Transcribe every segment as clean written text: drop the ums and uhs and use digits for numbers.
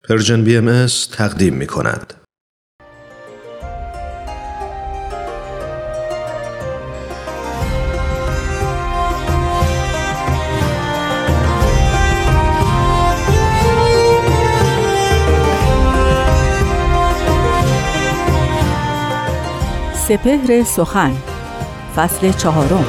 پرژن BMS تقدیم می کند. سپهر سخن فصل 4.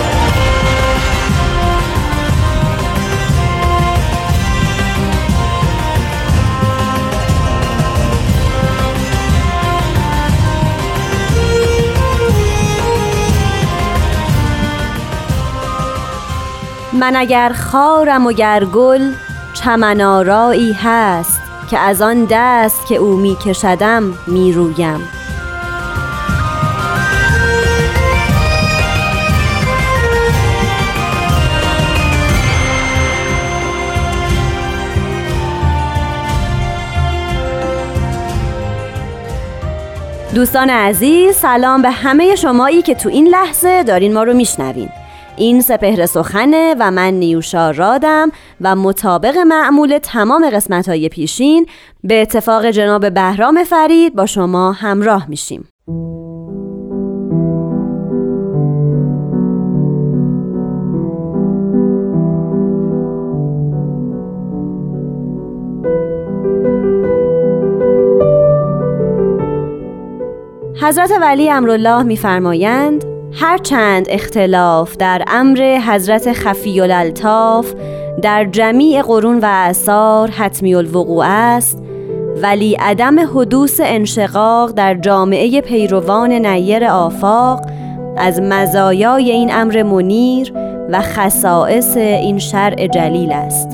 من اگر خارم و گر گل، چمن آرایی هست که از آن دست که او می کشدم می رویم. دوستان عزیز، سلام به همه شمایی که تو این لحظه دارین ما رو میشنوین. این سپهر سخنه و من نیوشا رادم و مطابق معمول تمام قسمت‌های پیشین به اتفاق جناب بهرام فرید با شما همراه میشیم. حضرت ولی امرالله می‌فرمایند هرچند اختلاف در امر حضرت خفی الالطاف در جمیع قرون و اعصار حتمی الوقوع است، ولی عدم حدوث انشقاق در جامعه پیروان نیر آفاق از مزایای این امر منیر و خصائص این شرع جلیل است.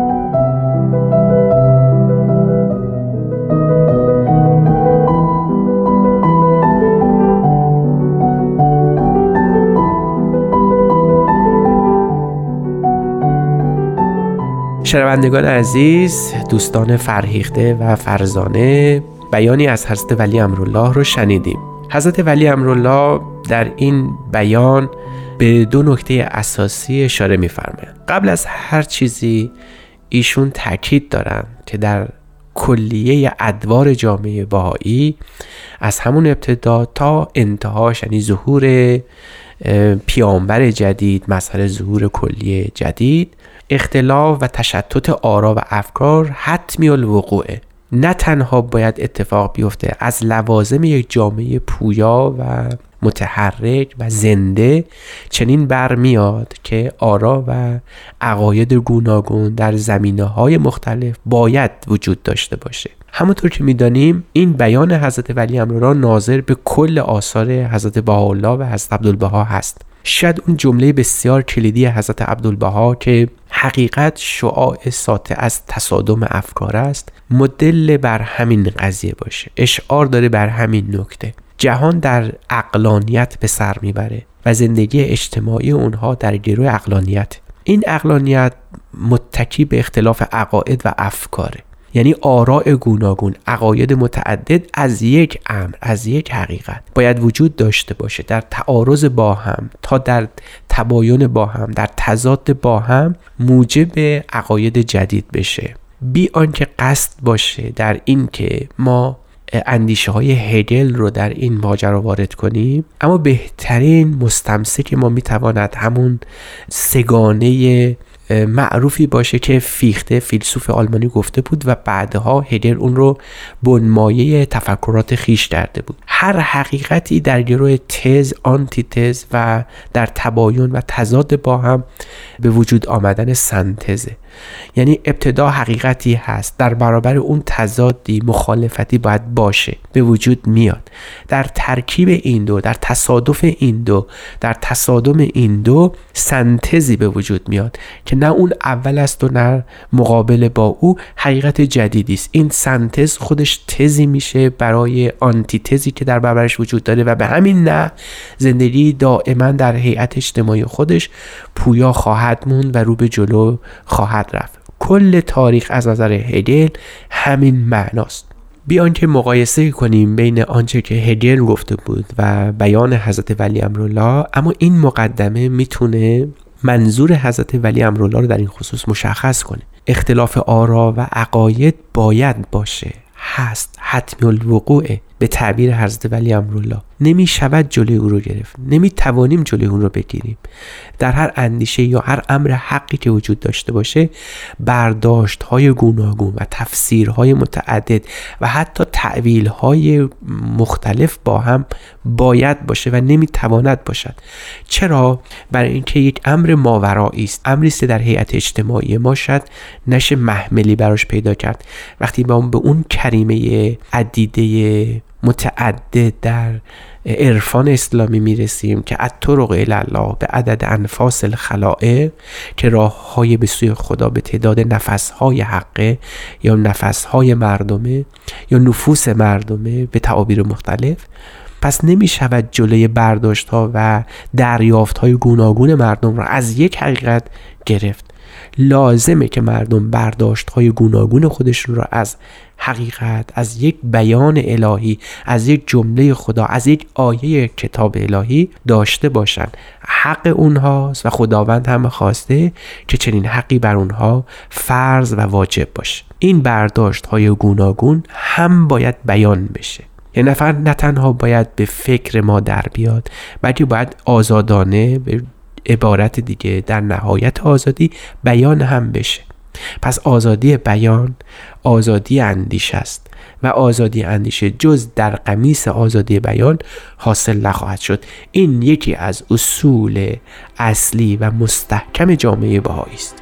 شنوندگان عزیز، دوستان فرهیخته و فرزانه، بیانی از حضرت ولی امرالله رو شنیدیم. حضرت ولی امرالله در این بیان به 2 نکته اساسی اشاره می‌فرمایند. قبل از هر چیزی ایشون تاکید دارن که در کلیه ادوار جامعه بهایی از همون ابتدا تا انتهاش، یعنی ظهور پیامبر جدید، مسئله ظهور کلیه جدید، اختلاف و تشتت آرا و افکار حتمی الوقوعه. نه تنها باید اتفاق بیفته، از لوازم یک جامعه پویا و متحرک و زنده چنین برمیاد که آرا و عقاید گوناگون در زمینه‌های مختلف باید وجود داشته باشه. همونطور که می‌دانیم این بیان حضرت ولی امرالله ناظر به کل آثار حضرت بهاءالله و حضرت عبدالبها هست. شاید اون جمله بسیار کلیدی حضرت عبدالبها که حقیقت شعاع ساطع از تصادم افکار است مدل بر همین قضیه باشه. اشعار داره بر همین نکته. جهان در عقلانیت به سر میبره و زندگی اجتماعی اونها در گروه عقلانیت. این عقلانیت متکی به اختلاف عقاید و افکاره، یعنی آراء گوناگون، عقاید متعدد از یک امر، از یک حقیقت باید وجود داشته باشه در تعارض با هم تا در تباین با هم، در تضاد با هم موجب عقاید جدید بشه، بی آنکه قصد باشه در این که ما اندیشه های هگل رو در این ماجرا وارد کنیم. اما بهترین مستمسک ما میتواند همون سگانه معروفی باشه که فیخته فیلسوف آلمانی گفته بود و بعدها هگل اون رو بنمایه تفکرات خیش کرده بود. هر حقیقتی در گروه تز، آنتی تز و در تباین و تضاد با هم به وجود آمدن سنتزه. یعنی ابتدا حقیقتی هست، در برابر اون تضادی، مخالفتی باید باشه، به وجود میاد. در ترکیب این دو، در تصادف این دو، در تصادم این دو سنتزی به وجود میاد که نه اون اول است و نه مقابل با او حقیقت جدیدی است. این سنتز خودش تزی میشه برای آنتی تزی که در برابرش وجود داره و به همین نه زندگی دائما در هیئت اجتماعی خودش پویا خواهد موند و رو به جلو خواهد رفت. کل تاریخ از نظر هگل همین معناست. بیان که مقایسه کنیم بین آنچه که هگل گفته بود و بیان حضرت ولی امرالله، اما این مقدمه میتونه منظور حضرت ولی امرالله رو در این خصوص مشخص کنه. اختلاف آرا و عقاید باید باشه، هست، حتمی الوقوعه. به تعبیر حضرت ولی امرالله نمی شود جلوی او رو گرفت، نمی توانیم جلوی اون رو بگیریم. در هر اندیشه یا هر امر حقی که وجود داشته باشه برداشت های گوناگون و تفسیرهای متعدد و حتی تعویل های مختلف با هم باید باشه و نمی تواند باشد. چرا؟ برای اینکه یک امر ماورایی است، امری است در هیئت اجتماعی ما شاید نشه محملی براش پیدا کرد. وقتی ما به اون کریمه عدیده متعدد در عرفان اسلامی میرسیم که الطرق الی الله به عدد انفاس الخلائق، که راههای به سوی خدا به تعداد نفسهای حقه یا نفسهای مردمه یا نفوس مردمه به تعابیر مختلف، پس نمی شود جلوی برداشت ها و دریافت های گوناگون مردم را از یک حقیقت گرفت. لازمه که مردم برداشت های گوناگون خودشون را از حقیقت، از یک بیان الهی، از یک جمله خدا، از یک آیه کتاب الهی داشته باشند. حق اونهاست و خداوند هم خواسته که چنین حقی بر اونها فرض و واجب باشه. این برداشت های گوناگون هم باید بیان بشه. یه نفر نه تنها باید به فکر ما در بیاد، بلکه باید آزادانه، به عبارت دیگه در نهایت آزادی، بیان هم بشه. پس آزادی بیان آزادی اندیشه است و آزادی اندیشه جز در قمیص آزادی بیان حاصل نخواهد شد. این یکی از اصول اصلی و مستحکم جامعه بهایی است.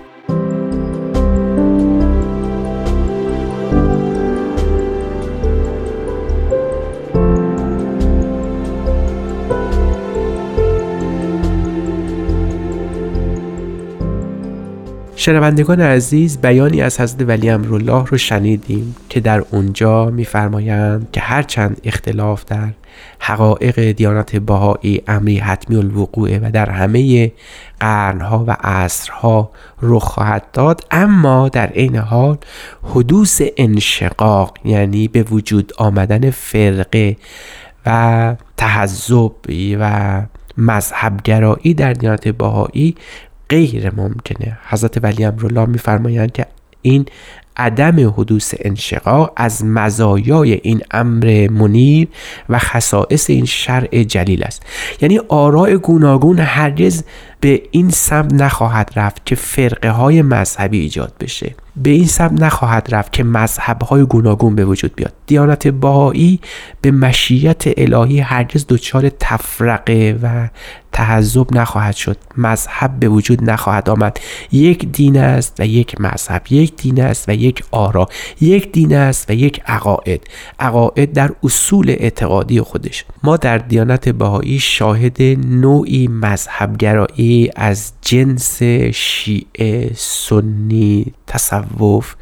شنوندگان عزیز، بیانی از حضرت ولی امرالله رو شنیدیم که در اونجا می‌فرمایند که هرچند اختلاف در حقایق دیانت بهایی امری حتمی الوقوعه و در همه قرنها و عصرها رخ خواهد داد، اما در عین حال حدوث انشقاق، یعنی به وجود آمدن فرقه و تحزب و مذهبگرایی در دیانت بهایی غیر ممکنه. حضرت ولی امرالله می‌فرمایند که این عدم حدوث انشقاق از مزایای این امر منیر و خصائص این شرع جلیل است. یعنی آراء گوناگون هرگز به این سمت نخواهد رفت که فرقه های مذهبی ایجاد بشه، به این سمت نخواهد رفت که مذهب های گوناگون به وجود بیاد. دیانت بهایی به مشیت الهی هرگز دچار تفرقه و تحزب نخواهد شد. مذهب به وجود نخواهد آمد. یک دین است و یک مذهب، یک دین است و یک آرا، یک دین است و یک عقاید در اصول اعتقادی خودش. ما در دیانت بهایی شاهد نوعی مذهبگرایی از جنس شیعه، سنی، تصوف،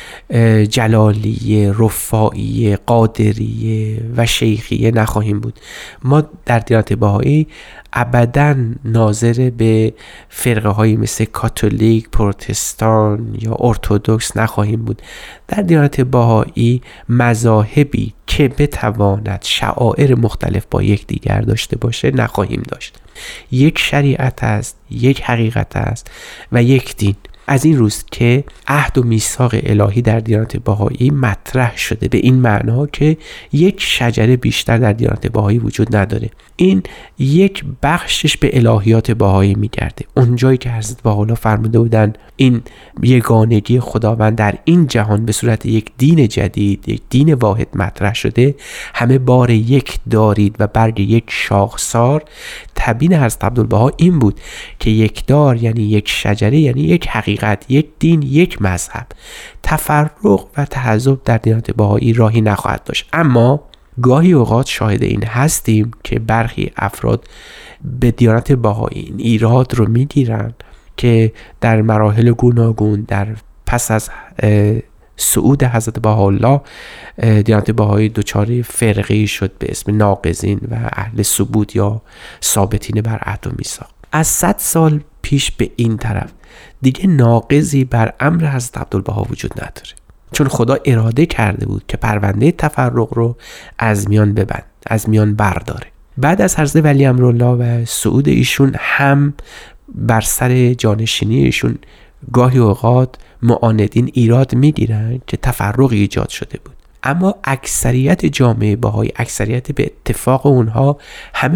جلالیه، رفاعیه، قادریه و شیخیه نخواهیم بود. ما در دیانت بهایی ابداً ناظر به فرقه هایی مثل کاتولیک، پروتستان یا ارتدوکس نخواهیم بود. در دیانت بهایی مذاهبی که بتواند شعائر مختلف با یکدیگر داشته باشه نخواهیم داشت. یک شریعت است، یک حقیقت است و یک دین. از این روست که عهد و میثاق الهی در دیانت بهایی مطرح شده، به این معنا که یک شجره بیشتر در دیانت بهایی وجود نداره. این یک بخشش به الهیات بهایی میگرده. اونجایی که حضرت بهاءالله فرموده بودن این یگانگی خداوند در این جهان به صورت یک دین جدید، یک دین واحد مطرح شده، همه بار یک دارید و برگ یک شاخسار. تبیین حضرت عبدالبها این بود که یک دار یعنی یک شجره، یعنی یک حقیقت، یک دین، یک مذهب. تفرق و تحزب در دیانت بهایی راهی نخواهد داشت. اما گاهی اوقات شاهد این هستیم که برخی افراد به دیانت بهایی این ایراد رو میگیرن که در مراحل گوناگون در پس از صعود حضرت بهاءالله دیانت بهایی دچار فرقه‌ای شد به اسم ناقضین و اهل ثبوت یا ثابتین بر عهد و میثاق. از 100 سال پیش به این طرف دیگه ناقضی بر امر حضرت عبدالبها وجود نداره، چون خدا اراده کرده بود که پرونده تفرق رو از میان ببند، از میان برداره. بعد از حضرت ولی امرالله و صعود ایشون هم بر سر جانشینی ایشون گاهی اوقات معاندین ایراد میگیرن که تفرقی ایجاد شده بود، اما اکثریت جامعه بهایی، اکثریت به اتفاق اونها همه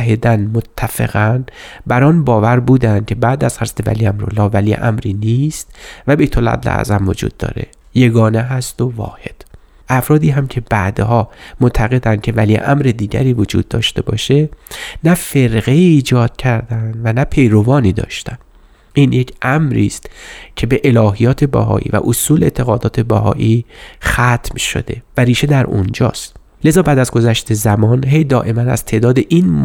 متفقن بر آن باور بودند که بعد از حضرت ولی امرالله ولی امری نیست و بیت العدل اعظم وجود داره، یگانه هست و واحد. افرادی هم که بعدها معتقدند که ولی امر دیگری وجود داشته باشه، نه فرقه ایجاد کردند و نه پیروانی داشتند. این یک امری است که به الهیات بهایی و اصول اعتقادات بهایی ختم شده و ریشه در اونجاست. لذا بعد از گذشت زمان هی دائما از تعداد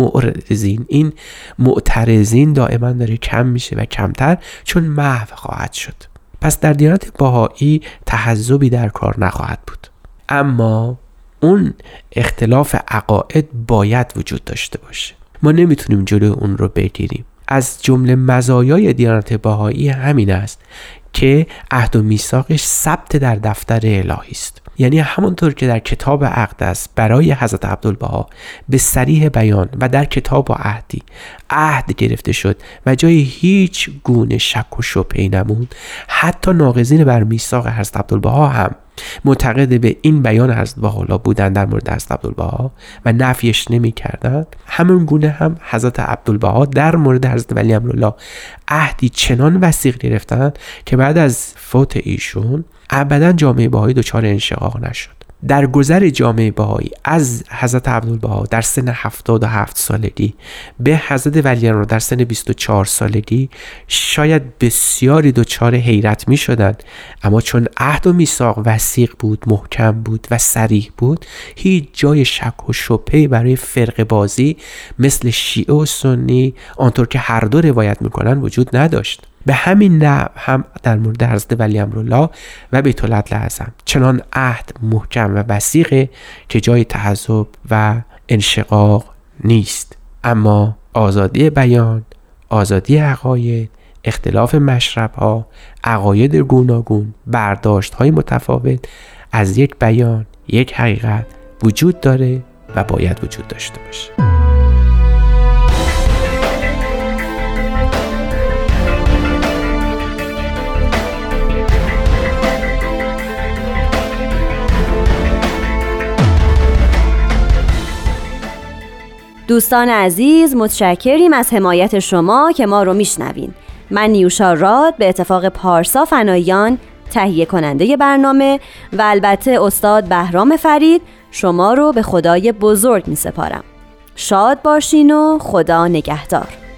این معترضین دائما داره کم میشه و کمتر، چون محو خواهد شد. پس در دیانت بهایی تحزبی در کار نخواهد بود، اما اون اختلاف عقاید باید وجود داشته باشه. ما نمیتونیم جلوی اون رو بگیریم. از جمله مزایای دیانت بهایی همین است که عهد و میثاقش ثبت در دفتر الهی است. یعنی همونطور که در کتاب اقدس برای حضرت عبدالبها به صریح بیان و در کتاب و عهد گرفته شد و جای هیچ گونه شک و شبهه‌ای نموند، حتی ناقضین بر میثاق حضرت عبدالبها هم معتقد به این بیان حضرت بهاءالله بودن در مورد حضرت عبدالبها و نفیش نمی کردن، همون گونه هم حضرت عبدالبها در مورد حضرت ولی امرالله عهدی چنان وثیق گرفتن که بعد از فوت ایشون ابدا جامعه بهایی دچار انشقاق نشد. در گذر جامعه بهایی از حضرت عبدالبها در سن 77 سالگی به حضرت ولی امرالله در سن 24 سالگی شاید بسیاری دچار حیرت می شدن، اما چون عهد و میثاق وثیق بود، محکم بود و صریح بود، هیچ جای شک و شبهه‌ای برای فرقه بازی مثل شیعه و سنی آنطور که هر دو روایت میکنن وجود نداشت. به همین نحو هم در مورد حضرت ولی امرالله و بیت العدل اعظم چنان عهد محکم و وثیقه که جای تحزب و انشقاق نیست. اما آزادی بیان، آزادی عقاید، اختلاف مشرب‌ها، عقاید گوناگون، برداشت‌های متفاوت از یک بیان، یک حقیقت وجود داره و باید وجود داشته باشه. دوستان عزیز، متشکریم از حمایت شما که ما رو میشنوین. من نیوشا راد به اتفاق پارسا فنایان تهیه کننده برنامه و البته استاد بهرام فرید شما رو به خدای بزرگ می سپارم. شاد باشین و خدا نگهدار.